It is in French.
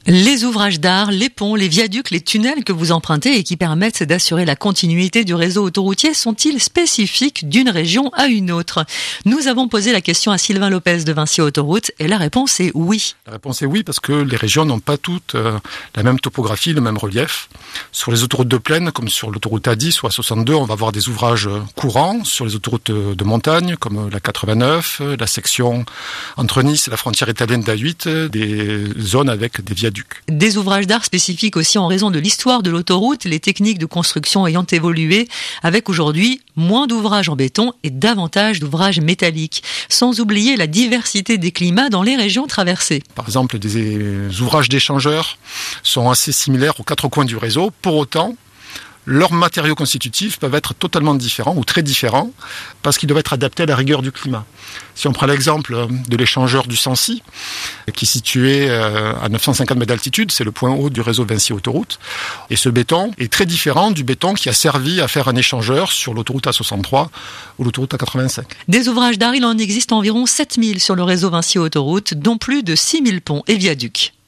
Les ouvrages d'art, les ponts, les viaducs, les tunnels que vous empruntez et qui permettent d'assurer la continuité du réseau autoroutier sont-ils spécifiques d'une région à une autre ? Nous avons posé la question à Sylvain Lopez de Vinci Autoroute et la réponse est oui. La réponse est oui parce que les régions n'ont pas toutes la même topographie, le même relief. Sur les autoroutes de plaine, comme sur l'autoroute A10 ou A62, on va avoir des ouvrages courants. Sur les autoroutes de montagne, comme la 89, la section entre Nice et la frontière italienne d'A8, des zones avec des viaducs. Des ouvrages d'art spécifiques aussi en raison de l'histoire de l'autoroute, les techniques de construction ayant évolué, avec aujourd'hui moins d'ouvrages en béton et davantage d'ouvrages métalliques, sans oublier la diversité des climats dans les régions traversées. Par exemple, des ouvrages d'échangeurs sont assez similaires aux quatre coins du réseau. Pour autant, leurs matériaux constitutifs peuvent être totalement différents ou très différents parce qu'ils doivent être adaptés à la rigueur du climat. Si on prend l'exemple de l'échangeur du Sancy, qui est situé à 950 mètres d'altitude, c'est le point haut du réseau Vinci Autoroute, et ce béton est très différent du béton qui a servi à faire un échangeur sur l'autoroute A63 ou l'autoroute A85. Des ouvrages d'art, il en existe environ 7000 sur le réseau Vinci Autoroute, dont plus de 6000 ponts et viaducs.